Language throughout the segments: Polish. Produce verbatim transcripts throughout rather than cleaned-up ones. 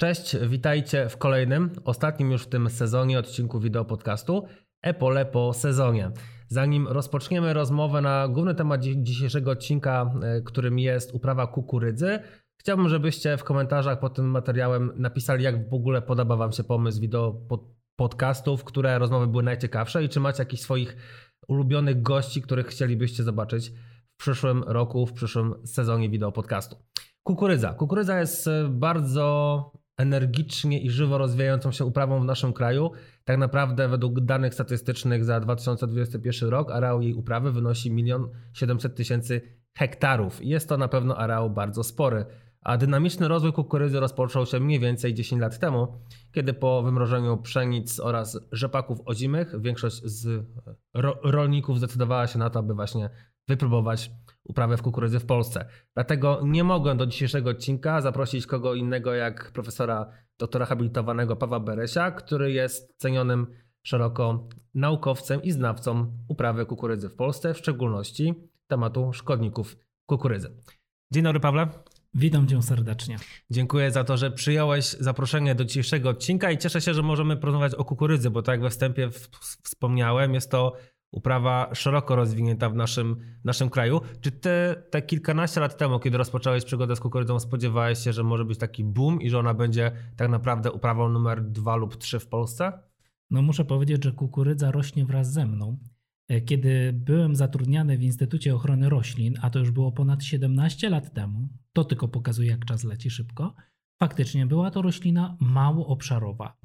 Cześć, witajcie w kolejnym, ostatnim już w tym sezonie odcinku wideo podcastu Epole po sezonie. Zanim rozpoczniemy rozmowę na główny temat dzisiejszego odcinka, którym jest uprawa kukurydzy, chciałbym, żebyście w komentarzach pod tym materiałem napisali, jak w ogóle podoba Wam się pomysł wideo podcastów, które rozmowy były najciekawsze i czy macie jakichś swoich ulubionych gości, których chcielibyście zobaczyć w przyszłym roku, w przyszłym sezonie wideo podcastu. Kukurydza. Kukurydza jest bardzo energicznie i żywo rozwijającą się uprawą w naszym kraju. Tak naprawdę według danych statystycznych za dwa tysiące dwudziesty pierwszy rok areał jej uprawy wynosi milion siedemset tysięcy hektarów. Jest to na pewno areał bardzo spory. A dynamiczny rozwój kukurydzy rozpoczął się mniej więcej dziesięć lat temu, kiedy po wymrożeniu pszenic oraz rzepaków ozimych większość z ro- rolników zdecydowała się na to, aby właśnie wypróbować uprawę w kukurydzy w Polsce. Dlatego nie mogłem do dzisiejszego odcinka zaprosić kogo innego jak profesora doktora habilitowanego Pawła Beresia, który jest cenionym szeroko naukowcem i znawcą uprawy kukurydzy w Polsce, w szczególności tematu szkodników kukurydzy. Dzień dobry, Pawle. Witam Cię serdecznie. Dziękuję za to, że przyjąłeś zaproszenie do dzisiejszego odcinka i cieszę się, że możemy porozmawiać o kukurydzy, bo tak jak we wstępie wspomniałem, jest to uprawa szeroko rozwinięta w naszym, w naszym kraju. Czy ty te kilkanaście lat temu, kiedy rozpocząłeś przygodę z kukurydzą, spodziewałeś się, że może być taki boom i że ona będzie tak naprawdę uprawą numer dwa lub trzy w Polsce? No muszę powiedzieć, że kukurydza rośnie wraz ze mną. Kiedy byłem zatrudniany w Instytucie Ochrony Roślin, a to już było ponad siedemnaście lat temu, to tylko pokazuje, jak czas leci szybko, faktycznie była to roślina mało obszarowa.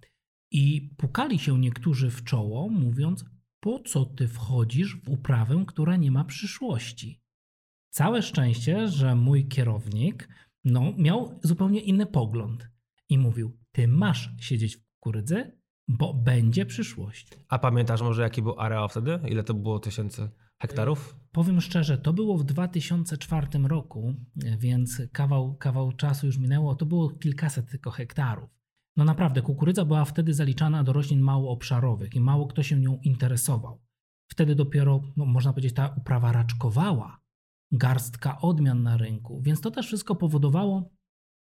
I pukali się niektórzy w czoło, mówiąc: po co ty wchodzisz w uprawę, która nie ma przyszłości? Całe szczęście, że mój kierownik no, miał zupełnie inny pogląd i mówił: ty masz siedzieć w kukurydzy, bo będzie przyszłość. A pamiętasz może, jaki był areał wtedy? Ile to było tysięcy hektarów? Powiem szczerze, to było w dwa tysiące czwartym roku, więc kawał, kawał czasu już minęło. To było kilkaset tylko hektarów. No naprawdę, kukurydza była wtedy zaliczana do roślin mało obszarowych i mało kto się nią interesował. Wtedy dopiero, no, można powiedzieć, ta uprawa raczkowała. Garstka odmian na rynku, więc to też wszystko powodowało,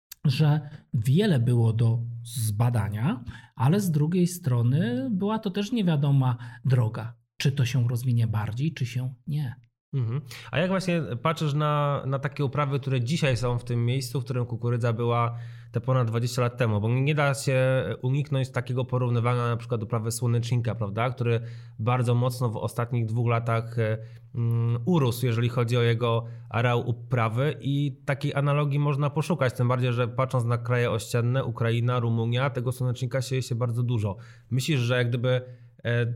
że wiele było do zbadania, ale z drugiej strony była to też niewiadoma droga. Czy to się rozwinie bardziej, czy się nie. Mhm. A jak właśnie patrzysz na, na takie uprawy, które dzisiaj są w tym miejscu, w którym kukurydza była te ponad dwadzieścia lat temu, bo nie da się uniknąć takiego porównywania na przykład uprawy słonecznika, prawda, który bardzo mocno w ostatnich dwóch latach um, urósł, jeżeli chodzi o jego areał uprawy i takiej analogii można poszukać, tym bardziej, że patrząc na kraje ościenne, Ukraina, Rumunia, tego słonecznika sieje się bardzo dużo. Myślisz, że jak gdyby e,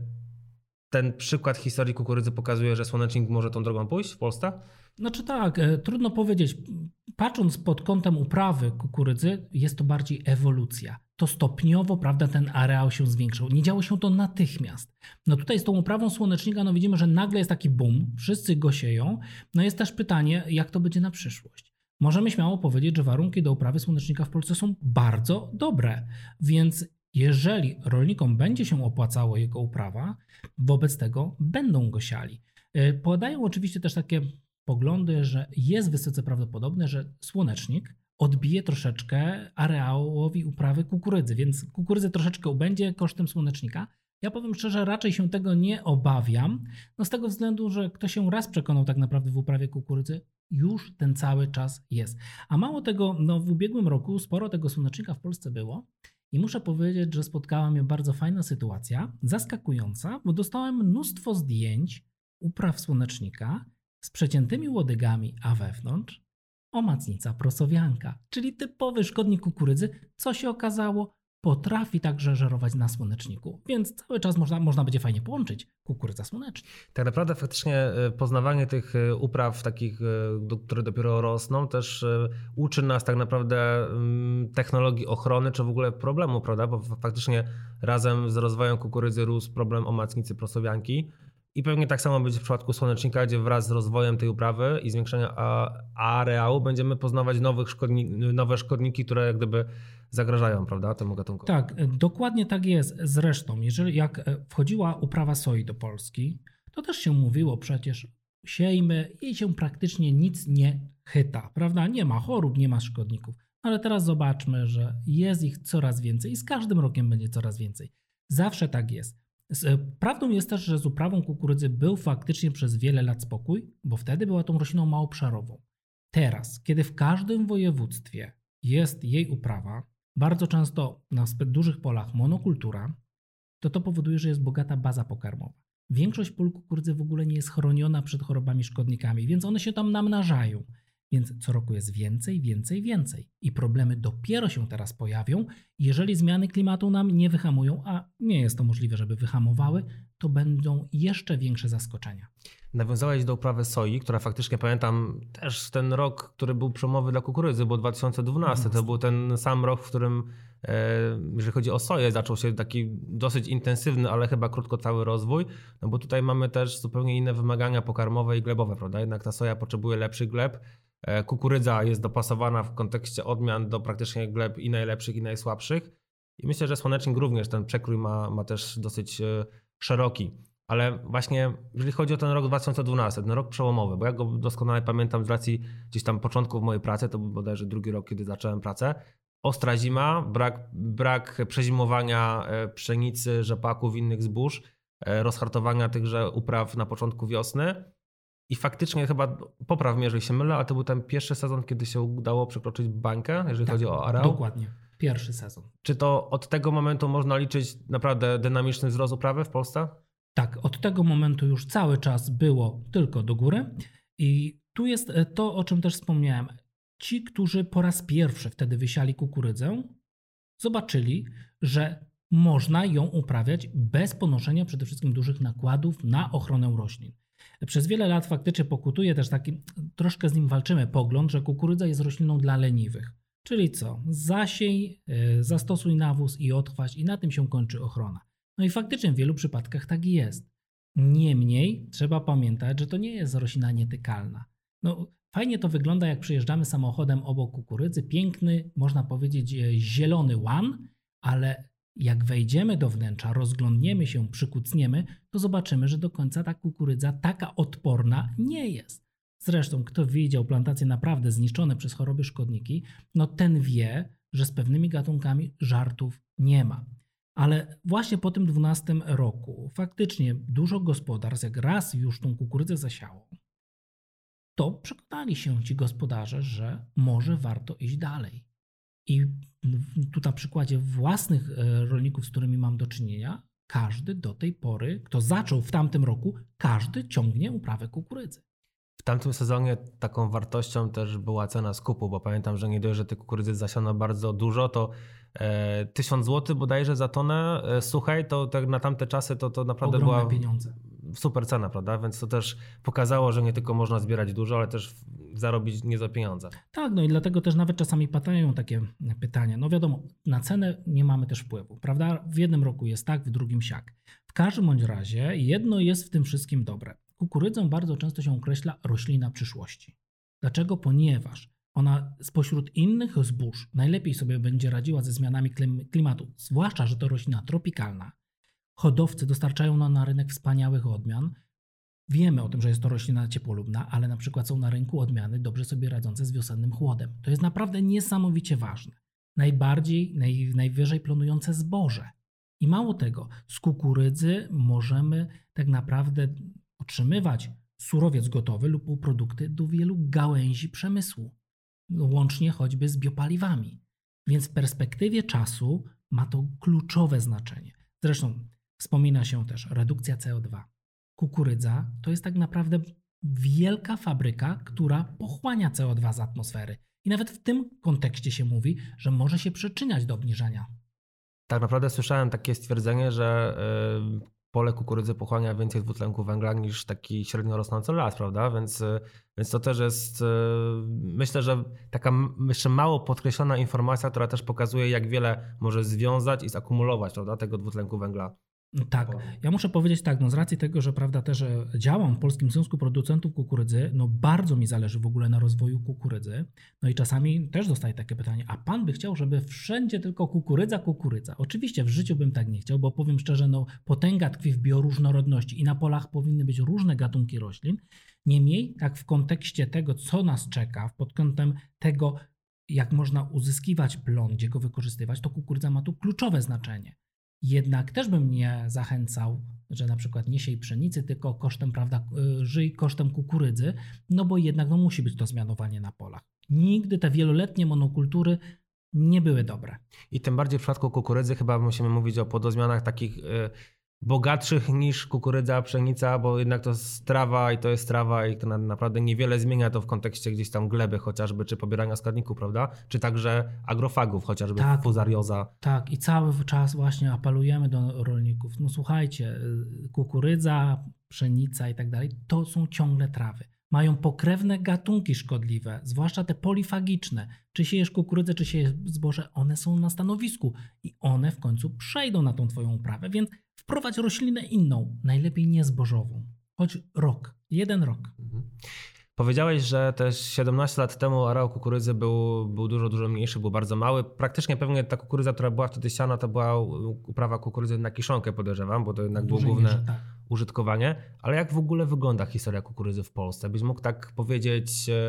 ten przykład historii kukurydzy pokazuje, że słonecznik może tą drogą pójść w Polsce? Znaczy tak, trudno powiedzieć. Patrząc pod kątem uprawy kukurydzy, jest to bardziej ewolucja. To stopniowo, prawda, ten areał się zwiększał. Nie działo się to natychmiast. No tutaj z tą uprawą słonecznika, no widzimy, że nagle jest taki boom, wszyscy go sieją. No jest też pytanie, jak to będzie na przyszłość. Możemy śmiało powiedzieć, że warunki do uprawy słonecznika w Polsce są bardzo dobre, więc jeżeli rolnikom będzie się opłacało jego uprawa, wobec tego będą go siali. Podają oczywiście też takie poglądy, że jest wysoce prawdopodobne, że słonecznik odbije troszeczkę areałowi uprawy kukurydzy, więc kukurydzy troszeczkę ubędzie kosztem słonecznika. Ja powiem szczerze, raczej się tego nie obawiam, no z tego względu, że kto się raz przekonał tak naprawdę w uprawie kukurydzy, już ten cały czas jest. A mało tego, no w ubiegłym roku sporo tego słonecznika w Polsce było. I muszę powiedzieć, że spotkała mnie bardzo fajna sytuacja, zaskakująca, bo dostałem mnóstwo zdjęć upraw słonecznika z przeciętymi łodygami, a wewnątrz omacnica prosowianka, czyli typowy szkodnik kukurydzy, co się okazało, potrafi także żerować na słoneczniku, więc cały czas można, można będzie fajnie połączyć kukurydza słonecznik. Tak naprawdę faktycznie poznawanie tych upraw takich, które dopiero rosną, też uczy nas tak naprawdę technologii ochrony, czy w ogóle problemu, prawda? Bo faktycznie razem z rozwojem kukurydzy rósł problem omacnicy prosowianki. I pewnie tak samo będzie w przypadku słonecznika, gdzie wraz z rozwojem tej uprawy i zwiększeniem areału będziemy poznawać nowych szkodni, nowe szkodniki, które jak gdyby zagrażają, prawda, temu gatunkowi. Tak, dokładnie tak jest. Zresztą, jeżeli jak wchodziła uprawa soi do Polski, to też się mówiło przecież, siejmy, jej się praktycznie nic nie chyta, prawda? Nie ma chorób, nie ma szkodników. Ale teraz zobaczmy, że jest ich coraz więcej i z każdym rokiem będzie coraz więcej. Zawsze tak jest. Prawdą jest też, że z uprawą kukurydzy był faktycznie przez wiele lat spokój, bo wtedy była tą rośliną małoobszarową. Teraz, kiedy w każdym województwie jest jej uprawa, bardzo często na zbyt dużych polach monokultura, to to powoduje, że jest bogata baza pokarmowa. Większość pól kukurydzy w ogóle nie jest chroniona przed chorobami szkodnikami, więc one się tam namnażają. Więc co roku jest więcej, więcej, więcej. I problemy dopiero się teraz pojawią, jeżeli zmiany klimatu nam nie wyhamują, a nie jest to możliwe, żeby wyhamowały, to będą jeszcze większe zaskoczenia. Nawiązałeś do uprawy soi, która faktycznie pamiętam też ten rok, który był przełomowy dla kukurydzy, bo dwa tysiące dwunasty to był ten sam rok, w którym e, jeżeli chodzi o soję, zaczął się taki dosyć intensywny, ale chyba krótkotrwały rozwój, no bo tutaj mamy też zupełnie inne wymagania pokarmowe i glebowe, prawda? Jednak ta soja potrzebuje lepszy gleb. Kukurydza jest dopasowana w kontekście odmian do praktycznie gleb i najlepszych, i najsłabszych. I myślę, że słonecznik również ten przekrój ma, ma też dosyć szeroki. Ale właśnie jeżeli chodzi o ten rok dwa tysiące dwunasty, ten rok przełomowy, bo ja go doskonale pamiętam z racji gdzieś tam początków mojej pracy, to był bodajże drugi rok, kiedy zacząłem pracę. Ostra zima, brak, brak przezimowania pszenicy, rzepaków, innych zbóż, rozhartowania tychże upraw na początku wiosny. I faktycznie chyba, popraw mnie, jeżeli się mylę, ale to był ten pierwszy sezon, kiedy się udało przekroczyć bańkę, jeżeli tak, chodzi o areał. Dokładnie, pierwszy sezon. Czy to od tego momentu można liczyć naprawdę dynamiczny wzrost uprawy w Polsce? Tak, od tego momentu już cały czas było tylko do góry. I tu jest to, o czym też wspomniałem. Ci, którzy po raz pierwszy wtedy wysiali kukurydzę, zobaczyli, że można ją uprawiać bez ponoszenia przede wszystkim dużych nakładów na ochronę roślin. Przez wiele lat faktycznie pokutuje też taki, troszkę z nim walczymy, pogląd, że kukurydza jest rośliną dla leniwych. Czyli co? Zasiej, zastosuj nawóz i odchwać i na tym się kończy ochrona. No i faktycznie w wielu przypadkach tak jest. Niemniej trzeba pamiętać, że to nie jest roślina nietykalna. No, fajnie to wygląda, jak przyjeżdżamy samochodem obok kukurydzy. Piękny, można powiedzieć, zielony łan, ale jak wejdziemy do wnętrza, rozglądniemy się, przykucniemy, to zobaczymy, że do końca ta kukurydza taka odporna nie jest. Zresztą kto widział plantacje naprawdę zniszczone przez choroby szkodniki, no ten wie, że z pewnymi gatunkami żartów nie ma. Ale właśnie po tym dwunastym roku faktycznie dużo gospodarstw, jak raz już tą kukurydzę zasiało, to przekonali się ci gospodarze, że może warto iść dalej. I tu na przykładzie własnych rolników, z którymi mam do czynienia, każdy do tej pory, kto zaczął w tamtym roku, każdy ciągnie uprawę kukurydzy. W tamtym sezonie taką wartością też była cena skupu, bo pamiętam, że nie dość, że tej kukurydzy zasiano bardzo dużo, to e, tysiąc złotych bodajże za tonę e, suchej, to tak na tamte czasy to, to naprawdę ogromne była pieniądze. Super cena, prawda? Więc to też pokazało, że nie tylko można zbierać dużo, ale też zarobić niezłe pieniądze. Tak, no i dlatego też nawet czasami padają takie pytania. No wiadomo, na cenę nie mamy też wpływu, prawda? W jednym roku jest tak, w drugim siak. W każdym bądź razie jedno jest w tym wszystkim dobre. Kukurydzą bardzo często się określa roślina przyszłości. Dlaczego? Ponieważ ona spośród innych zbóż najlepiej sobie będzie radziła ze zmianami klimatu, zwłaszcza, że to roślina tropikalna. Hodowcy dostarczają nam na rynek wspaniałych odmian. Wiemy o tym, że jest to roślina ciepłolubna, ale na przykład są na rynku odmiany dobrze sobie radzące z wiosennym chłodem. To jest naprawdę niesamowicie ważne. Najbardziej, naj, najwyżej plonujące zboże. I mało tego, z kukurydzy możemy tak naprawdę otrzymywać surowiec gotowy lub półprodukty do wielu gałęzi przemysłu, łącznie choćby z biopaliwami. Więc w perspektywie czasu ma to kluczowe znaczenie. Zresztą wspomina się też redukcja C O dwa. Kukurydza to jest tak naprawdę wielka fabryka, która pochłania C O dwa z atmosfery. I nawet w tym kontekście się mówi, że może się przyczyniać do obniżania. Tak naprawdę słyszałem takie stwierdzenie, że pole kukurydzy pochłania więcej dwutlenku węgla niż taki średnio rosnący las, prawda? Więc, więc to też jest, myślę, że taka jeszcze mało podkreślona informacja, która też pokazuje, jak wiele może związać i zakumulować, prawda, tego dwutlenku węgla. Tak, ja muszę powiedzieć tak, no z racji tego, że prawda też działam w Polskim Związku Producentów Kukurydzy, no bardzo mi zależy w ogóle na rozwoju kukurydzy. No i czasami też dostaję takie pytanie, a pan by chciał, żeby wszędzie tylko kukurydza, kukurydza? Oczywiście w życiu bym tak nie chciał, bo powiem szczerze, no potęga tkwi w bioróżnorodności i na polach powinny być różne gatunki roślin. Niemniej tak w kontekście tego, co nas czeka, pod kątem tego, jak można uzyskiwać plon, gdzie go wykorzystywać, to kukurydza ma tu kluczowe znaczenie. Jednak też bym nie zachęcał, że na przykład nie siej pszenicy, tylko kosztem, prawda, żyj kosztem kukurydzy, no bo jednak no, musi być to zmianowanie na polach. Nigdy te wieloletnie monokultury nie były dobre. I tym bardziej w przypadku kukurydzy chyba musimy mówić o podozmianach takich y, bogatszych niż kukurydza, pszenica, bo jednak to jest trawa i to jest trawa i to na, naprawdę niewiele zmienia to w kontekście gdzieś tam gleby chociażby, czy pobierania składników, prawda? Czy także agrofagów, chociażby tak, fuzarioza. Tak, i cały czas właśnie apelujemy do rolników. No słuchajcie, kukurydza, pszenica i tak dalej, to są ciągle trawy. Mają pokrewne gatunki szkodliwe, zwłaszcza te polifagiczne. Czy siejesz kukurydzę, czy siejesz zboże, one są na stanowisku i one w końcu przejdą na tą twoją uprawę, więc wprowadź roślinę inną, najlepiej nie zbożową. Choć rok, jeden rok. Mhm. Powiedziałeś, że też siedemnaście lat temu areał kukurydzy był, był dużo, dużo mniejszy, był bardzo mały. Praktycznie pewnie ta kukurydza, która była wtedy siana, to była uprawa kukurydzy na kiszonkę, podejrzewam, bo to jednak było główne mierze, tak. użytkowanie. Ale jak w ogóle wygląda historia kukurydzy w Polsce? Byś mógł tak powiedzieć,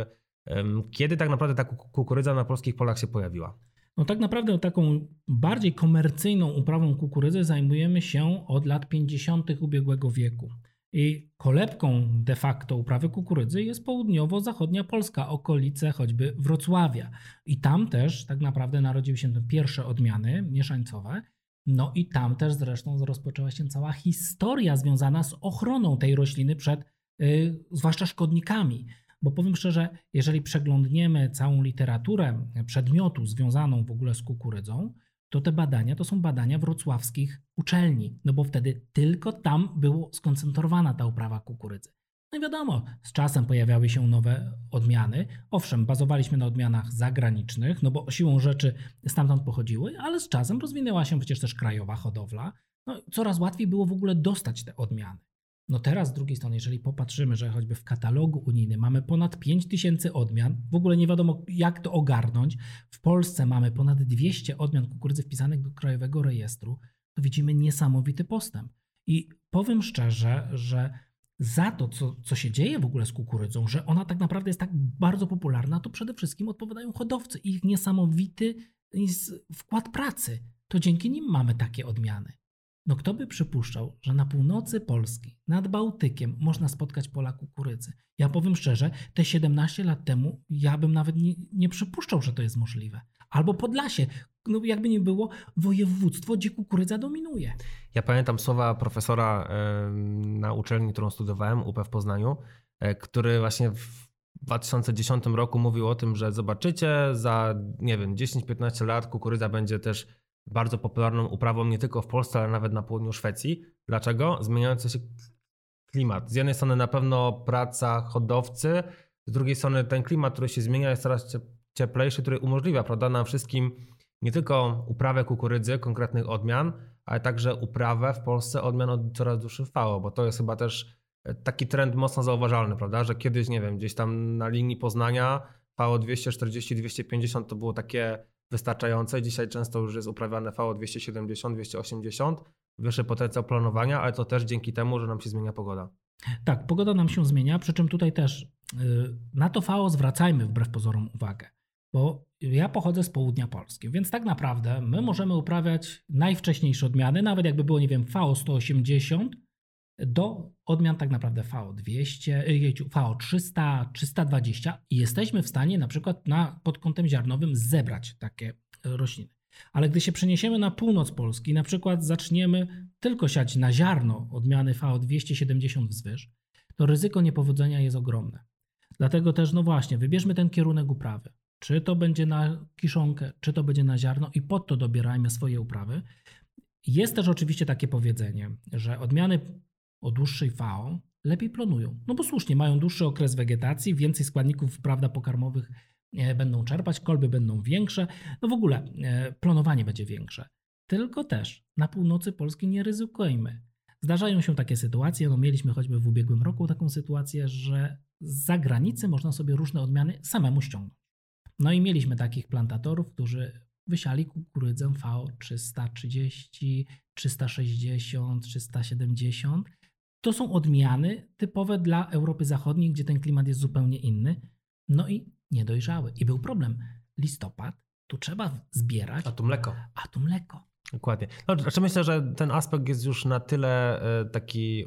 kiedy tak naprawdę ta kukurydza na polskich polach się pojawiła? No tak naprawdę taką bardziej komercyjną uprawą kukurydzy zajmujemy się od lat pięćdziesiątych ubiegłego wieku. I kolebką de facto uprawy kukurydzy jest południowo-zachodnia Polska, okolice choćby Wrocławia. I tam też tak naprawdę narodziły się te pierwsze odmiany mieszańcowe. No i tam też zresztą rozpoczęła się cała historia związana z ochroną tej rośliny przed yy, zwłaszcza szkodnikami. Bo powiem szczerze, jeżeli przeglądniemy całą literaturę przedmiotu związaną w ogóle z kukurydzą, to te badania to są badania wrocławskich uczelni, no bo wtedy tylko tam było skoncentrowana ta uprawa kukurydzy. No i wiadomo, z czasem pojawiały się nowe odmiany. Owszem, bazowaliśmy na odmianach zagranicznych, no bo siłą rzeczy stamtąd pochodziły, ale z czasem rozwinęła się przecież też krajowa hodowla. No, coraz łatwiej było w ogóle dostać te odmiany. No teraz z drugiej strony, jeżeli popatrzymy, że choćby w katalogu unijnym mamy ponad pięć tysięcy odmian, w ogóle nie wiadomo jak to ogarnąć, w Polsce mamy ponad dwieście odmian kukurydzy wpisanych do Krajowego Rejestru, to widzimy niesamowity postęp. I powiem szczerze, że za to, co, co się dzieje w ogóle z kukurydzą, że ona tak naprawdę jest tak bardzo popularna, to przede wszystkim odpowiadają hodowcy i ich niesamowity wkład pracy. To dzięki nim mamy takie odmiany. No kto by przypuszczał, że na północy Polski, nad Bałtykiem można spotkać pola kukurydzy? Ja powiem szczerze, te siedemnaście lat temu ja bym nawet nie, nie przypuszczał, że to jest możliwe. Albo Podlasie, no jakby nie było, województwo, gdzie kukurydza dominuje. Ja pamiętam słowa profesora na uczelni, którą studiowałem, U P w Poznaniu, który właśnie w dwa tysiące dziesiątym roku mówił o tym, że zobaczycie, za nie wiem, dziesięć piętnaście lat kukurydza będzie też bardzo popularną uprawą nie tylko w Polsce, ale nawet na południu Szwecji. Dlaczego? Zmieniający się klimat. Z jednej strony na pewno praca hodowcy, z drugiej strony ten klimat, który się zmienia, jest coraz cieplejszy, który umożliwia, prawda, nam wszystkim nie tylko uprawę kukurydzy, konkretnych odmian, ale także uprawę w Polsce odmian o coraz dłuższym V O, bo to jest chyba też taki trend mocno zauważalny, prawda, że kiedyś, nie wiem, gdzieś tam na linii Poznania V O dwieście czterdzieści dwieście pięćdziesiąt to było takie wystarczające. Dzisiaj często już jest uprawiane V O dwieście siedemdziesiąt dwieście osiemdziesiąt, wyższy potencjał planowania, ale to też dzięki temu, że nam się zmienia pogoda. Tak, pogoda nam się zmienia, przy czym tutaj też yy, na to V O zwracajmy wbrew pozorom uwagę, bo ja pochodzę z południa Polski, więc tak naprawdę my możemy uprawiać najwcześniejsze odmiany, nawet jakby było, nie wiem, V O sto osiemdziesiąt do odmian tak naprawdę V O dwieście, V O trzysta, trzysta dwadzieścia i jesteśmy w stanie na przykład na, pod kątem ziarnowym zebrać takie rośliny. Ale gdy się przeniesiemy na północ Polski, na przykład zaczniemy tylko siać na ziarno odmiany V O dwieście siedemdziesiąt wzwyż, to ryzyko niepowodzenia jest ogromne. Dlatego też, no właśnie, wybierzmy ten kierunek uprawy. Czy to będzie na kiszonkę, czy to będzie na ziarno i pod to dobierajmy swoje uprawy. Jest też oczywiście takie powiedzenie, że odmiany o dłuższej V O lepiej plonują. No bo słusznie, mają dłuższy okres wegetacji, więcej składników, prawda, pokarmowych będą czerpać, kolby będą większe, no w ogóle plonowanie będzie większe. Tylko też na północy Polski nie ryzykujmy. Zdarzają się takie sytuacje, no mieliśmy choćby w ubiegłym roku taką sytuację, że z zagranicy można sobie różne odmiany samemu ściągnąć. No i mieliśmy takich plantatorów, którzy wysiali kukurydzę V O trzysta trzydzieści, trzysta sześćdziesiąt, trzysta siedemdziesiąt. To są odmiany typowe dla Europy Zachodniej, gdzie ten klimat jest zupełnie inny. No i nie dojrzały. I był problem. listopad, tu trzeba zbierać. A tu mleko. A tu mleko. Dokładnie. No, znaczy myślę, że ten aspekt jest już na tyle taki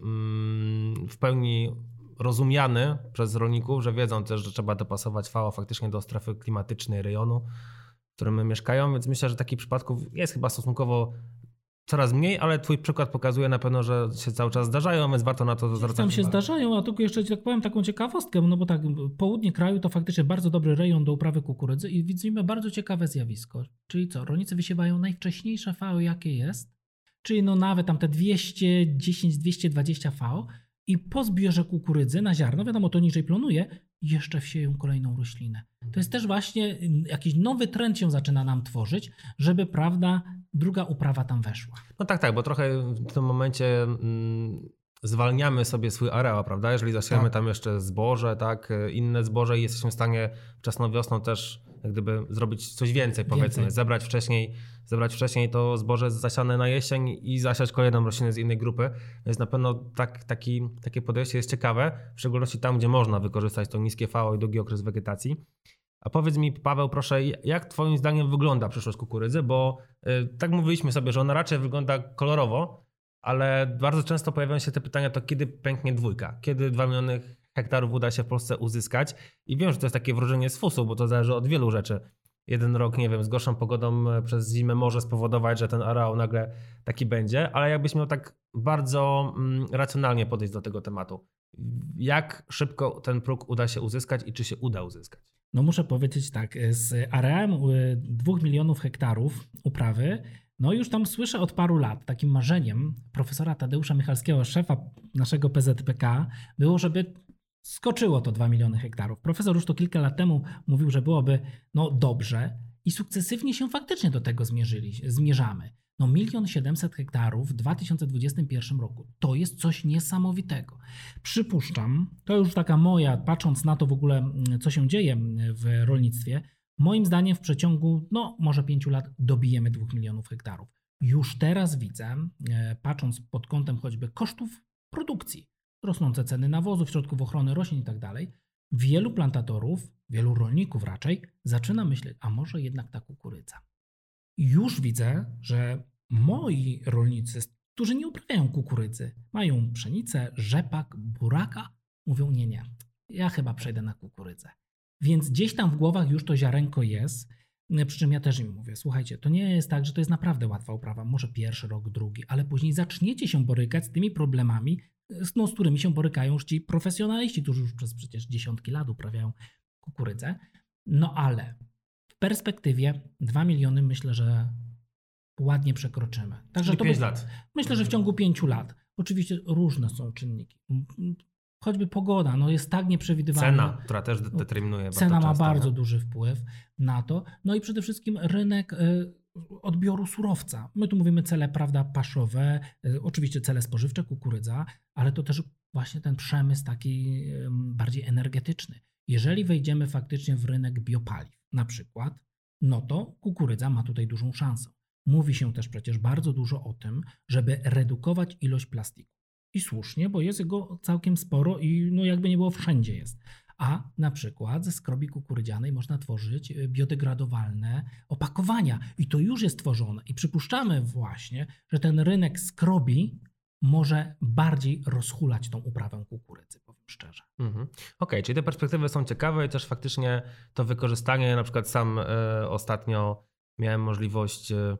mm, w pełni rozumiany przez rolników, że wiedzą też, że trzeba dopasować V A faktycznie do strefy klimatycznej rejonu, w którym mieszkają, więc myślę, że takich przypadków jest chyba stosunkowo coraz mniej, ale twój przykład pokazuje na pewno, że się cały czas zdarzają, więc warto na to zwracać Tam się uwagę. zdarzają, a tylko jeszcze tak powiem taką ciekawostkę, no bo tak, południe kraju to faktycznie bardzo dobry rejon do uprawy kukurydzy i widzimy bardzo ciekawe zjawisko. Czyli co, rolnicy wysiewają najwcześniejsze V O, jakie jest, czyli no nawet tam te dwieście dziesięć dwieście dwadzieścia V O i po zbiorze kukurydzy na ziarno, wiadomo to niżej plonuje, jeszcze wsieją kolejną roślinę. To jest też właśnie jakiś nowy trend się zaczyna nam tworzyć, żeby, prawda, druga uprawa tam weszła. No tak, tak, bo trochę w tym momencie mm, zwalniamy sobie swój areał, prawda? Jeżeli zasiejemy tak. tam jeszcze zboże, tak, inne zboże i jesteśmy w stanie wczesną wiosną też jak gdyby zrobić coś więcej, powiedzmy, więcej. zebrać wcześniej, zebrać wcześniej to zboże zasiane na jesień i zasiać kolejną roślinę z innej grupy. Więc na pewno tak, taki, takie podejście jest ciekawe, w szczególności tam, gdzie można wykorzystać to niskie V O i długi okres wegetacji. A powiedz mi, Paweł, proszę, jak twoim zdaniem wygląda przyszłość kukurydzy? Bo y, tak mówiliśmy sobie, że ona raczej wygląda kolorowo, ale bardzo często pojawiają się te pytania, to kiedy pęknie dwójka? Kiedy dwa miliony hektarów uda się w Polsce uzyskać? I wiem, że to jest takie wróżenie z fusów, bo to zależy od wielu rzeczy. Jeden rok, nie wiem, z gorszą pogodą przez zimę może spowodować, że ten areał nagle taki będzie, ale jakbyś miał tak bardzo mm, racjonalnie podejść do tego tematu. Jak szybko ten próg uda się uzyskać i czy się uda uzyskać? No muszę powiedzieć tak, z areałem dwóch milionów hektarów uprawy, no już tam słyszę od paru lat, takim marzeniem profesora Tadeusza Michalskiego, szefa naszego P Z P K, było, żeby skoczyło to dwa miliony hektarów. Profesor już to kilka lat temu mówił, że byłoby no dobrze i sukcesywnie się faktycznie do tego zmierzyli, zmierzamy. No milion siedemset hektarów w dwa tysiące dwudziestym pierwszym roku. To jest coś niesamowitego. Przypuszczam, to już taka moja, patrząc na to w ogóle, co się dzieje w rolnictwie, moim zdaniem w przeciągu, no może pięciu lat dobijemy dwóch milionów hektarów. Już teraz widzę, patrząc pod kątem choćby kosztów produkcji, rosnące ceny nawozów, środków ochrony roślin i tak dalej, wielu plantatorów, wielu rolników raczej zaczyna myśleć, a może jednak ta kukurydza. Już widzę, że moi rolnicy, którzy nie uprawiają kukurydzy, mają pszenicę, rzepak, buraka, mówią nie, nie, ja chyba przejdę na kukurydzę. Więc gdzieś tam w głowach już to ziarenko jest, przy czym ja też im mówię, słuchajcie, to nie jest tak, że to jest naprawdę łatwa uprawa, może pierwszy rok, drugi, ale później zaczniecie się borykać z tymi problemami, no, z którymi się borykają już ci profesjonaliści, którzy już przez przecież dziesiątki lat uprawiają kukurydzę, no ale w perspektywie dwa miliony myślę, że ładnie przekroczymy. Także to pięć lat. Myślę, że w ciągu pięciu lat. Oczywiście różne są czynniki. Choćby pogoda, no jest tak nieprzewidywalna. Cena, która też determinuje. Cena bardzo ma często, bardzo nie? duży wpływ na to. No i przede wszystkim rynek odbioru surowca. My tu mówimy cele, prawda, paszowe, oczywiście cele spożywcze, kukurydza, ale to też właśnie ten przemysł taki bardziej energetyczny. Jeżeli wejdziemy faktycznie w rynek biopaliw na przykład, no to kukurydza ma tutaj dużą szansę. Mówi się też przecież bardzo dużo o tym, żeby redukować ilość plastiku. I słusznie, bo jest jego całkiem sporo i no jakby nie było wszędzie jest. A na przykład ze skrobi kukurydzianej można tworzyć biodegradowalne opakowania i to już jest tworzone. I przypuszczamy właśnie, że ten rynek skrobi może bardziej rozhulać tą uprawę kukurydzy, powiem szczerze. Mhm. Okej, okay, czyli te perspektywy są ciekawe i też faktycznie to wykorzystanie, na przykład sam y, ostatnio miałem możliwość y,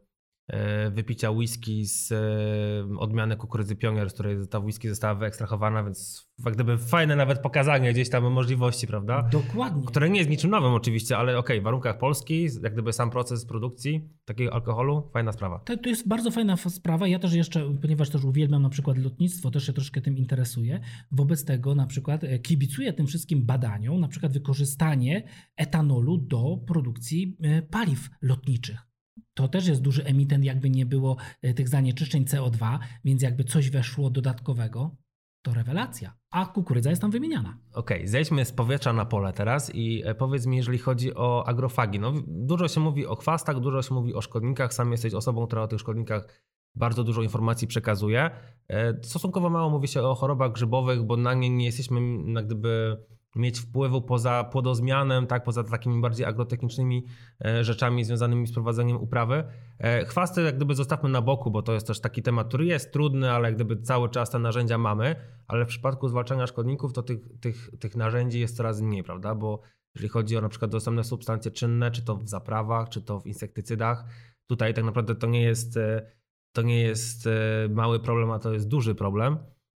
wypicia whisky z odmiany kukurydzy Pionier, z której ta whisky została wyekstrahowana, więc jak gdyby fajne nawet pokazanie gdzieś tam możliwości, prawda? Dokładnie. Które nie jest niczym nowym oczywiście, ale okej, okay, w warunkach Polski, jak gdyby sam proces produkcji takiego alkoholu, fajna sprawa. To, to jest bardzo fajna sprawa. Ja też jeszcze, ponieważ też uwielbiam na przykład lotnictwo, też się troszkę tym interesuję. Wobec tego na przykład kibicuję tym wszystkim badaniom, na przykład wykorzystanie etanolu do produkcji paliw lotniczych. To też jest duży emitent, jakby nie było tych zanieczyszczeń C O dwa, więc jakby coś weszło dodatkowego, to rewelacja. A kukurydza jest tam wymieniana. Okej, okay, zejdźmy z powietrza na pole teraz i powiedz mi, jeżeli chodzi o agrofagi. No, dużo się mówi o chwastach, dużo się mówi o szkodnikach. Sam jesteś osobą, która o tych szkodnikach bardzo dużo informacji przekazuje. Stosunkowo mało mówi się o chorobach grzybowych, bo na nie nie jesteśmy jak gdyby mieć wpływu poza płodozmianem, tak, poza takimi bardziej agrotechnicznymi rzeczami związanymi z prowadzeniem uprawy. Chwasty jak gdyby zostawmy na boku, bo to jest też taki temat, który jest trudny, ale jak gdyby cały czas te narzędzia mamy, ale w przypadku zwalczania szkodników to tych, tych, tych narzędzi jest coraz mniej, prawda, bo jeżeli chodzi o na przykład dostępne substancje czynne, czy to w zaprawach, czy to w insektycydach, tutaj tak naprawdę to nie jest, to nie jest mały problem, a to jest duży problem.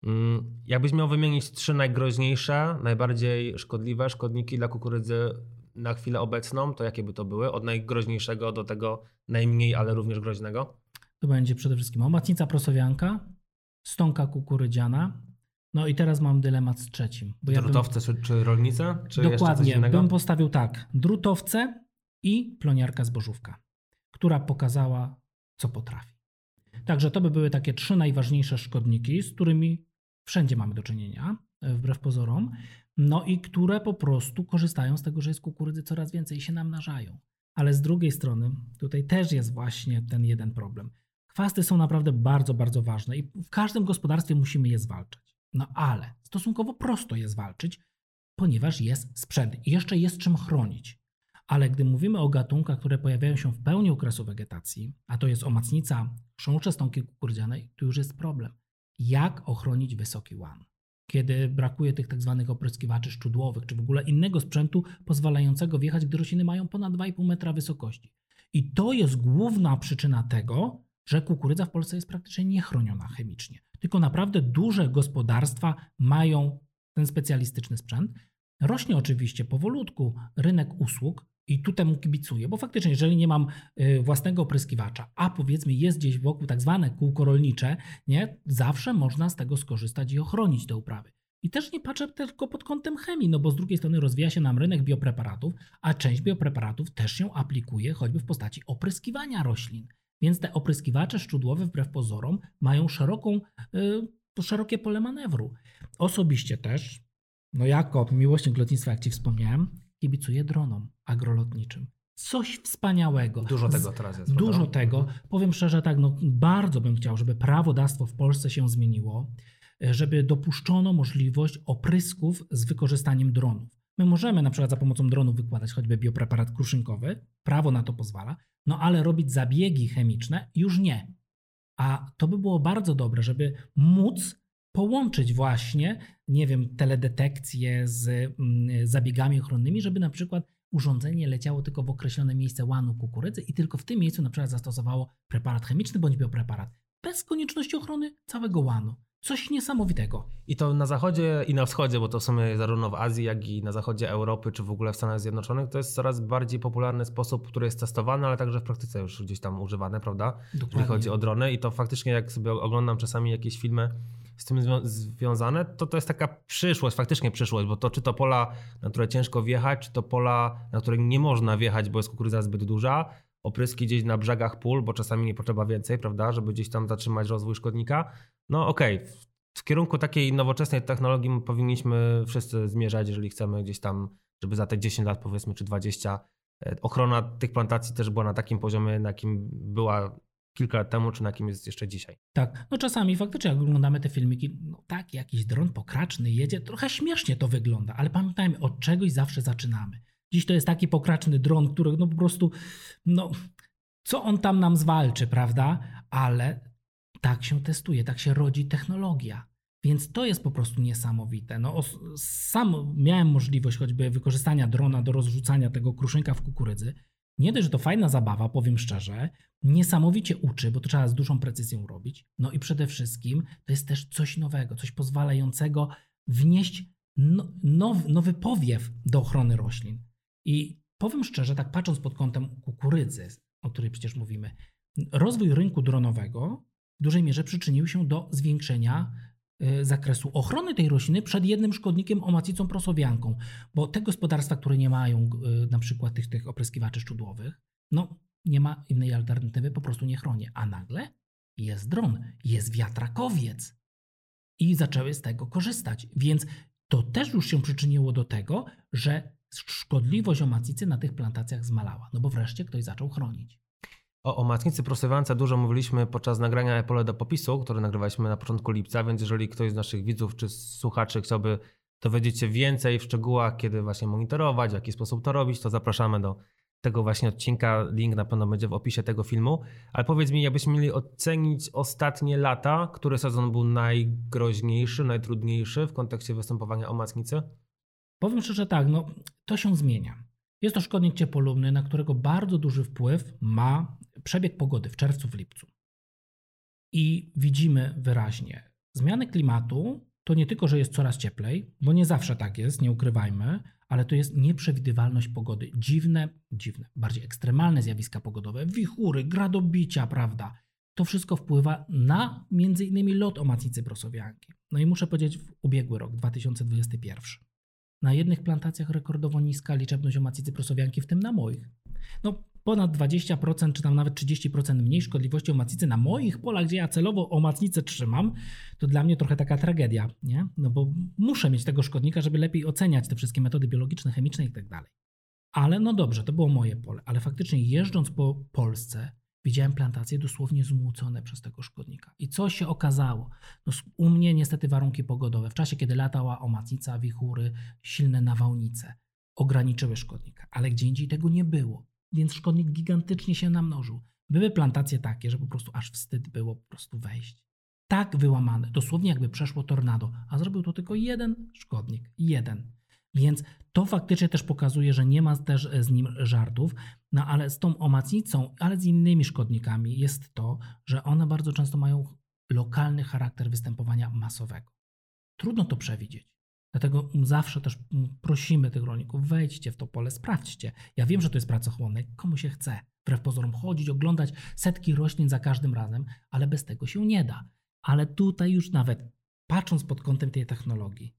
Jakbyś miał wymienić trzy najgroźniejsze, najbardziej szkodliwe szkodniki dla kukurydzy na chwilę obecną, to jakie by to były? Od najgroźniejszego do tego najmniej, ale również groźnego? To będzie przede wszystkim omacnica prosowianka, stonka kukurydziana. No i teraz mam dylemat z trzecim. Bo Drutowce ja bym... czy, czy rolnice? Czy Dokładnie, bym postawił tak, drutowce i ploniarka zbożówka, która pokazała, co potrafi. Także to by były takie trzy najważniejsze szkodniki, z którymi wszędzie mamy do czynienia, wbrew pozorom, no i które po prostu korzystają z tego, że jest kukurydzy coraz więcej i się namnażają. Ale z drugiej strony tutaj też jest właśnie ten jeden problem. Chwasty są naprawdę bardzo, bardzo ważne i w każdym gospodarstwie musimy je zwalczać. No ale stosunkowo prosto je zwalczyć, ponieważ jest sprzęt i jeszcze jest czym chronić. Ale gdy mówimy o gatunkach, które pojawiają się w pełni okresu wegetacji, a to jest omacnica, chrząszcze stonki kukurydzianej, to już jest problem. Jak ochronić wysoki łan? Kiedy brakuje tych tak zwanych opryskiwaczy szczudłowych, czy w ogóle innego sprzętu pozwalającego wjechać, gdy rośliny mają ponad dwa i pół metra wysokości. I to jest główna przyczyna tego, że kukurydza w Polsce jest praktycznie niechroniona chemicznie. Tylko naprawdę duże gospodarstwa mają ten specjalistyczny sprzęt. Rośnie oczywiście powolutku rynek usług i tu temu kibicuję, bo faktycznie jeżeli nie mam własnego opryskiwacza, a powiedzmy jest gdzieś wokół tak zwane kółko rolnicze, nie, zawsze można z tego skorzystać i ochronić te uprawy. I też nie patrzę tylko pod kątem chemii, no bo z drugiej strony rozwija się nam rynek biopreparatów, a część biopreparatów też się aplikuje choćby w postaci opryskiwania roślin. Więc te opryskiwacze szczudłowe wbrew pozorom mają szeroką, yy, szerokie pole manewru. Osobiście też, no jako miłośnik lotnictwa, jak Ci wspomniałem, kibicuję dronom agrolotniczym. Coś wspaniałego. Dużo tego teraz jest. Dużo prawda? tego. Powiem szczerze tak, no bardzo bym chciał, żeby prawodawstwo w Polsce się zmieniło, żeby dopuszczono możliwość oprysków z wykorzystaniem dronów. My możemy na przykład za pomocą dronów wykładać choćby biopreparat kruszynkowy, prawo na to pozwala, no ale robić zabiegi chemiczne już nie. A to by było bardzo dobre, żeby móc połączyć właśnie, nie wiem, teledetekcję z mm, zabiegami ochronnymi, żeby na przykład urządzenie leciało tylko w określone miejsce łanu kukurydzy i tylko w tym miejscu na przykład zastosowało preparat chemiczny bądź biopreparat. Bez konieczności ochrony całego łanu. Coś niesamowitego. I to na zachodzie i na wschodzie, bo to w sumie zarówno w Azji, jak i na zachodzie Europy, czy w ogóle w Stanach Zjednoczonych, to jest coraz bardziej popularny sposób, który jest testowany, ale także w praktyce już gdzieś tam używany, prawda? Dokładnie. Jeżeli chodzi o drony i to faktycznie jak sobie oglądam czasami jakieś filmy z tym zwią- związane, to to jest taka przyszłość, faktycznie przyszłość, bo to czy to pola, na które ciężko wjechać, czy to pola, na które nie można wjechać, bo jest kukurydza zbyt duża, opryski gdzieś na brzegach pól, bo czasami nie potrzeba więcej, prawda, żeby gdzieś tam zatrzymać rozwój szkodnika. No okej, okay. W kierunku takiej nowoczesnej technologii powinniśmy wszyscy zmierzać, jeżeli chcemy gdzieś tam, żeby za te dziesięć lat powiedzmy, czy dwadzieścia, ochrona tych plantacji też była na takim poziomie, na jakim była kilka lat temu, czy na jakim jest jeszcze dzisiaj. Tak, no czasami faktycznie jak oglądamy te filmiki, no tak, jakiś dron pokraczny jedzie, trochę śmiesznie to wygląda, ale pamiętajmy, od czegoś zawsze zaczynamy. Dziś to jest taki pokraczny dron, który no po prostu, no co on tam nam zwalczy, prawda? Ale tak się testuje, tak się rodzi technologia. Więc to jest po prostu niesamowite. No, sam miałem możliwość choćby wykorzystania drona do rozrzucania tego kruszynka w kukurydzy. Nie dość, że to fajna zabawa, powiem szczerze, niesamowicie uczy, bo to trzeba z dużą precyzją robić. No i przede wszystkim to jest też coś nowego, coś pozwalającego wnieść no, now, nowy powiew do ochrony roślin. I powiem szczerze, tak patrząc pod kątem kukurydzy, o której przecież mówimy, rozwój rynku dronowego w dużej mierze przyczynił się do zwiększenia zakresu ochrony tej rośliny przed jednym szkodnikiem, omacicą prosowianką, bo te gospodarstwa, które nie mają na przykład tych, tych opryskiwaczy szczudłowych, no nie ma innej alternatywy, po prostu nie chroni. A nagle jest dron, jest wiatrakowiec i zaczęły z tego korzystać. Więc to też już się przyczyniło do tego, że szkodliwość omacicy na tych plantacjach zmalała, no bo wreszcie ktoś zaczął chronić. O omacnicy prosowiance dużo mówiliśmy podczas nagrania Epole do popisu, które nagrywaliśmy na początku lipca, więc jeżeli ktoś z naszych widzów czy słuchaczy chciałby dowiedzieć się więcej w szczegółach, kiedy właśnie monitorować, w jaki sposób to robić, to zapraszamy do tego właśnie odcinka. Link na pewno będzie w opisie tego filmu. Ale powiedz mi, jakbyśmy mieli ocenić ostatnie lata, który sezon był najgroźniejszy, najtrudniejszy w kontekście występowania omacnicy? Powiem szczerze tak, no to się zmienia. Jest to szkodnik ciepłolubny, na którego bardzo duży wpływ ma przebieg pogody w czerwcu, w lipcu. I widzimy wyraźnie, zmiany klimatu to nie tylko, że jest coraz cieplej, bo nie zawsze tak jest, nie ukrywajmy, ale to jest nieprzewidywalność pogody. Dziwne, dziwne, bardziej ekstremalne zjawiska pogodowe, wichury, gradobicia, prawda? To wszystko wpływa na między innymi lot omacnicy prosowianki. No i muszę powiedzieć, w ubiegły rok, dwa tysiące dwudziesty pierwszy. Na jednych plantacjach rekordowo niska liczebność omacnicy prosowianki, w tym na moich. No ponad dwadzieścia procent czy tam nawet trzydzieści procent mniej szkodliwości omacnicy na moich polach, gdzie ja celowo omacnicę trzymam, to dla mnie trochę taka tragedia, nie? No bo muszę mieć tego szkodnika, żeby lepiej oceniać te wszystkie metody biologiczne, chemiczne i tak dalej. Ale no dobrze, to było moje pole, ale faktycznie jeżdżąc po Polsce widziałem plantacje dosłownie zmłócone przez tego szkodnika. I co się okazało? No, u mnie niestety warunki pogodowe, w czasie kiedy latała omacnica, wichury, silne nawałnice ograniczyły szkodnika, ale gdzie indziej tego nie było, więc szkodnik gigantycznie się namnożył. Były plantacje takie, że po prostu aż wstyd było po prostu wejść. Tak wyłamane, dosłownie jakby przeszło tornado, a zrobił to tylko jeden szkodnik, jeden. Więc to faktycznie też pokazuje, że nie ma też z nim żartów, no ale z tą omacnicą, ale z innymi szkodnikami jest to, że one bardzo często mają lokalny charakter występowania masowego. Trudno to przewidzieć. Dlatego zawsze też prosimy tych rolników, wejdźcie w to pole, sprawdźcie. Ja wiem, że to jest pracochłonne, komu się chce, wbrew pozorom chodzić, oglądać setki roślin za każdym razem, ale bez tego się nie da. Ale tutaj już nawet patrząc pod kątem tej technologii,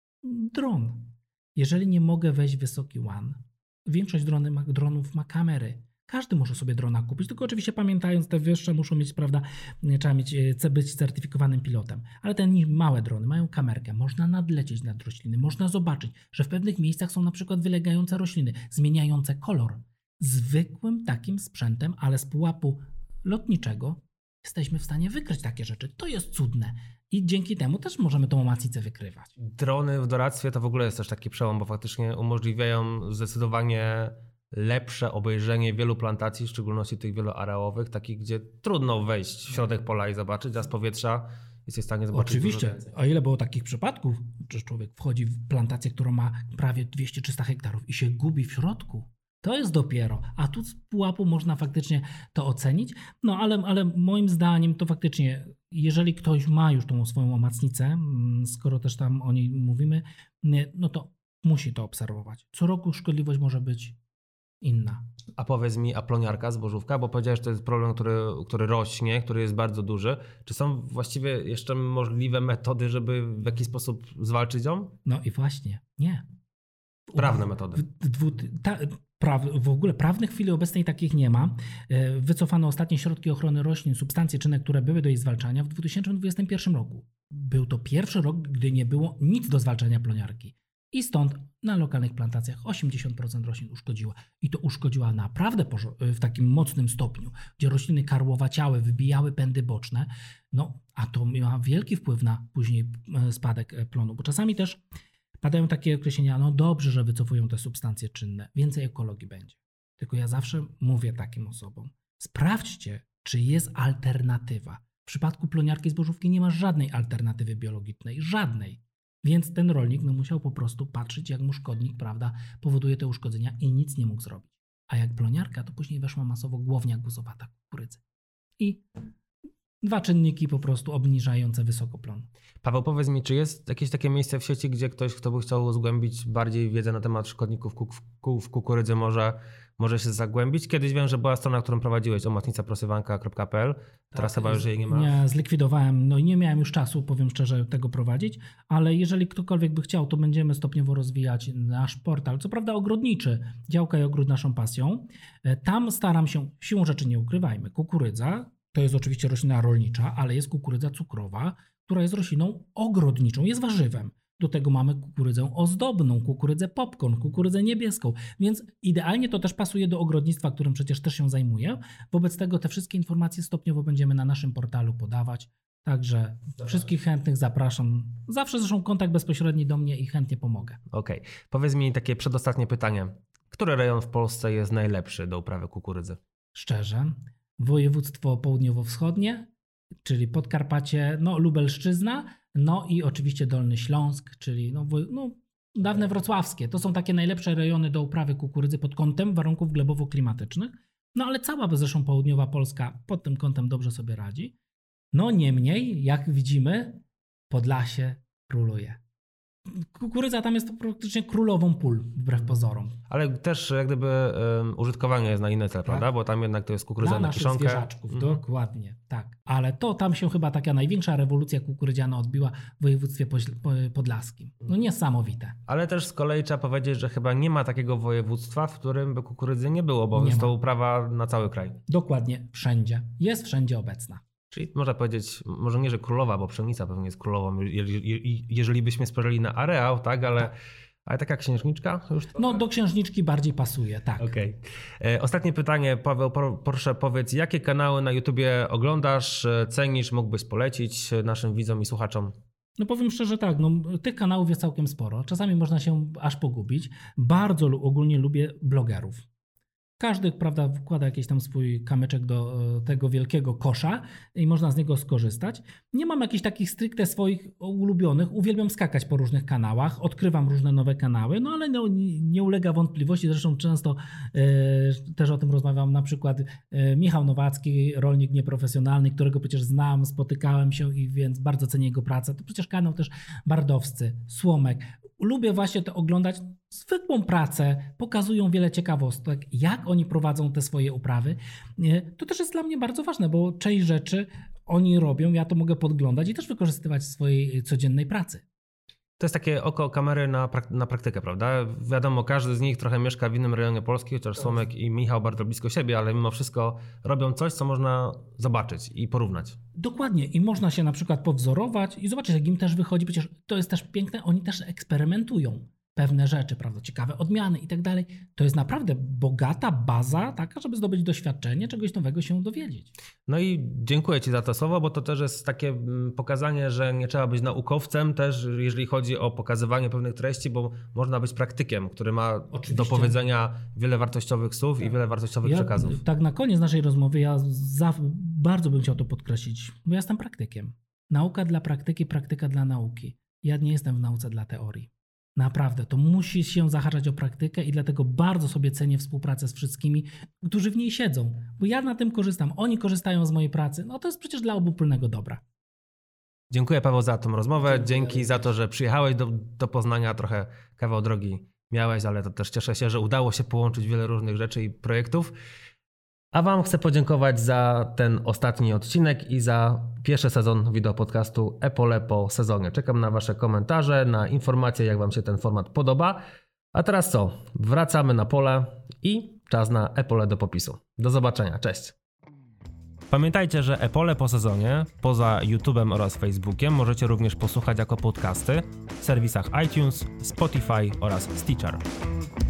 dron. Jeżeli nie mogę wejść w wysoki łan, większość drony ma, dronów ma kamery. Każdy może sobie drona kupić, tylko oczywiście pamiętając, te wyższe muszą mieć, prawda, trzeba mieć, być certyfikowanym pilotem. Ale te małe drony mają kamerkę, można nadlecieć nad rośliny, można zobaczyć, że w pewnych miejscach są na przykład wylegające rośliny, zmieniające kolor. Zwykłym takim sprzętem, ale z pułapu lotniczego jesteśmy w stanie wykryć takie rzeczy. To jest cudne. I dzięki temu też możemy tą omacnicę wykrywać. Drony w doradztwie to w ogóle jest też taki przełom, bo faktycznie umożliwiają zdecydowanie lepsze obejrzenie wielu plantacji, w szczególności tych wieloareowych, takich, gdzie trudno wejść w środek pola i zobaczyć, a z powietrza jesteś w stanie zobaczyć. Oczywiście, a ile było takich przypadków, że człowiek wchodzi w plantację, która ma prawie dwieście trzysta hektarów i się gubi w środku. To jest dopiero, a tu z pułapu można faktycznie to ocenić. No ale, ale moim zdaniem to faktycznie, jeżeli ktoś ma już tą swoją omacnicę, skoro też tam o niej mówimy, no to musi to obserwować. Co roku szkodliwość może być inna. A powiedz mi, a ploniarka, zbożówka, bo powiedziałeś, że to jest problem, który, który rośnie, który jest bardzo duży. Czy są właściwie jeszcze możliwe metody, żeby w jakiś sposób zwalczyć ją? No i właśnie, nie. Prawne metody. W, dwu, ta, pra, w ogóle prawnych w chwili obecnej takich nie ma. Wycofano ostatnie środki ochrony roślin, substancje czynne, które były do jej zwalczania w dwa tysiące dwudziestym pierwszym roku. Był to pierwszy rok, gdy nie było nic do zwalczania ploniarki. I stąd na lokalnych plantacjach osiemdziesiąt procent roślin uszkodziła. I to uszkodziła naprawdę w takim mocnym stopniu, gdzie rośliny karłowaciały, wybijały pędy boczne. No, a to miało wielki wpływ na później spadek plonu, bo czasami też padają takie określenia, no dobrze, że wycofują te substancje czynne, więcej ekologii będzie. Tylko ja zawsze mówię takim osobom, sprawdźcie, czy jest alternatywa. W przypadku ploniarki zbożówki nie ma żadnej alternatywy biologicznej, żadnej. Więc ten rolnik no, musiał po prostu patrzeć, jak mu szkodnik, prawda, powoduje te uszkodzenia i nic nie mógł zrobić. A jak ploniarka, to później weszła masowo głownia guzowata kukurydzy. I dwa czynniki po prostu obniżające wysokoplon. Paweł, powiedz mi, czy jest jakieś takie miejsce w sieci, gdzie ktoś, kto by chciał zgłębić bardziej wiedzę na temat szkodników w kukurydzy, może, może się zagłębić? Kiedyś wiem, że była strona, którą prowadziłeś, omacnica prosywanka kropka p l. Teraz tak, chyba już jej nie ma. Nie, zlikwidowałem. No i nie miałem już czasu, powiem szczerze, tego prowadzić, ale jeżeli ktokolwiek by chciał, to będziemy stopniowo rozwijać nasz portal. Co prawda ogrodniczy, działka i ogród naszą pasją. Tam staram się, siłą rzeczy nie ukrywajmy, kukurydza, to jest oczywiście roślina rolnicza, ale jest kukurydza cukrowa, która jest rośliną ogrodniczą, jest warzywem. Do tego mamy kukurydzę ozdobną, kukurydzę popcorn, kukurydzę niebieską, więc idealnie to też pasuje do ogrodnictwa, którym przecież też się zajmuję. Wobec tego te wszystkie informacje stopniowo będziemy na naszym portalu podawać. Także wszystkich chętnych zapraszam. Zawsze zresztą kontakt bezpośredni do mnie i chętnie pomogę. Okej. Okay. Powiedz mi takie przedostatnie pytanie. Który rejon w Polsce jest najlepszy do uprawy kukurydzy? Szczerze, województwo południowo-wschodnie, czyli Podkarpacie, no Lubelszczyzna, no i oczywiście Dolny Śląsk, czyli no, no, dawne wrocławskie. To są takie najlepsze rejony do uprawy kukurydzy pod kątem warunków glebowo-klimatycznych. No ale cała zresztą południowa Polska pod tym kątem dobrze sobie radzi. No niemniej, jak widzimy, Podlasie króluje. Kukurydza tam jest praktycznie królową pól, wbrew pozorom. Ale też jak gdyby um, użytkowanie jest na inny cel, tak? Prawda? Bo tam jednak to jest kukurydza na kiszonkę. Dla naszych zwierzaczków, mhm. Dokładnie, tak. Ale to tam się chyba taka największa rewolucja kukurydziana odbiła w województwie podlaskim. No niesamowite. Ale też z kolei trzeba powiedzieć, że chyba nie ma takiego województwa, w którym by kukurydzy nie było, bo nie jest ma. To uprawa na cały kraj. Dokładnie, wszędzie. Jest wszędzie obecna. Czyli można powiedzieć, może nie, że królowa, bo pszenica pewnie jest królową, jeżeli, jeżeli byśmy spojrzeli na areał, tak, ale, tak. ale taka księżniczka już to... No do księżniczki bardziej pasuje, tak. Okej. Okay. Ostatnie pytanie, Paweł, proszę powiedz, jakie kanały na YouTubie oglądasz, cenisz, mógłbyś polecić naszym widzom i słuchaczom? No powiem szczerze tak, no, tych kanałów jest całkiem sporo, czasami można się aż pogubić. Bardzo ogólnie lubię blogerów. Każdy, prawda, wkłada jakiś tam swój kamyczek do tego wielkiego kosza i można z niego skorzystać. Nie mam jakichś takich stricte swoich ulubionych. Uwielbiam skakać po różnych kanałach, odkrywam różne nowe kanały, no ale no, nie ulega wątpliwości. Zresztą często e, też o tym rozmawiam, na przykład e, Michał Nowacki, rolnik nieprofesjonalny, którego przecież znam, spotykałem się i więc bardzo cenię jego pracę. To przecież kanał też Bardowscy, Słomek. Lubię właśnie to oglądać, zwykłą pracę, pokazują wiele ciekawostek, jak oni prowadzą te swoje uprawy. To też jest dla mnie bardzo ważne, bo część rzeczy oni robią, ja to mogę podglądać i też wykorzystywać w swojej codziennej pracy. To jest takie oko kamery na, prak- na praktykę, prawda? Wiadomo, każdy z nich trochę mieszka w innym rejonie Polski, chociaż Słomek i Michał bardzo blisko siebie, ale mimo wszystko robią coś, co można zobaczyć i porównać. Dokładnie i można się na przykład powzorować i zobaczyć, jak im też wychodzi. Przecież to jest też piękne, oni też eksperymentują pewne rzeczy, prawda? Ciekawe odmiany i tak dalej. To jest naprawdę bogata baza taka, żeby zdobyć doświadczenie, czegoś nowego się dowiedzieć. No i dziękuję Ci za to słowo, bo to też jest takie pokazanie, że nie trzeba być naukowcem też, jeżeli chodzi o pokazywanie pewnych treści, bo można być praktykiem, który ma Oczywiście. do powiedzenia wiele wartościowych słów tak. i wiele wartościowych ja, przekazów. Tak na koniec naszej rozmowy ja za, bardzo bym chciał to podkreślić, bo ja jestem praktykiem. Nauka dla praktyki, praktyka dla nauki. Ja nie jestem w nauce dla teorii. Naprawdę, to musi się zahaczać o praktykę i dlatego bardzo sobie cenię współpracę z wszystkimi, którzy w niej siedzą, bo ja na tym korzystam, oni korzystają z mojej pracy, no to jest przecież dla obopólnego dobra. Dziękuję Paweł za tą rozmowę, Dziękuję. Dzięki za to, że przyjechałeś do, do Poznania, trochę kawał drogi miałeś, ale to też cieszę się, że udało się połączyć wiele różnych rzeczy i projektów. A Wam chcę podziękować za ten ostatni odcinek i za pierwszy sezon wideopodcastu Epole po sezonie. Czekam na Wasze komentarze, na informacje, jak Wam się ten format podoba. A teraz co? Wracamy na pole i czas na Epole do popisu. Do zobaczenia, cześć! Pamiętajcie, że Epole po sezonie, poza YouTube'em oraz Facebookiem, możecie również posłuchać jako podcasty w serwisach iTunes, Spotify oraz Stitcher.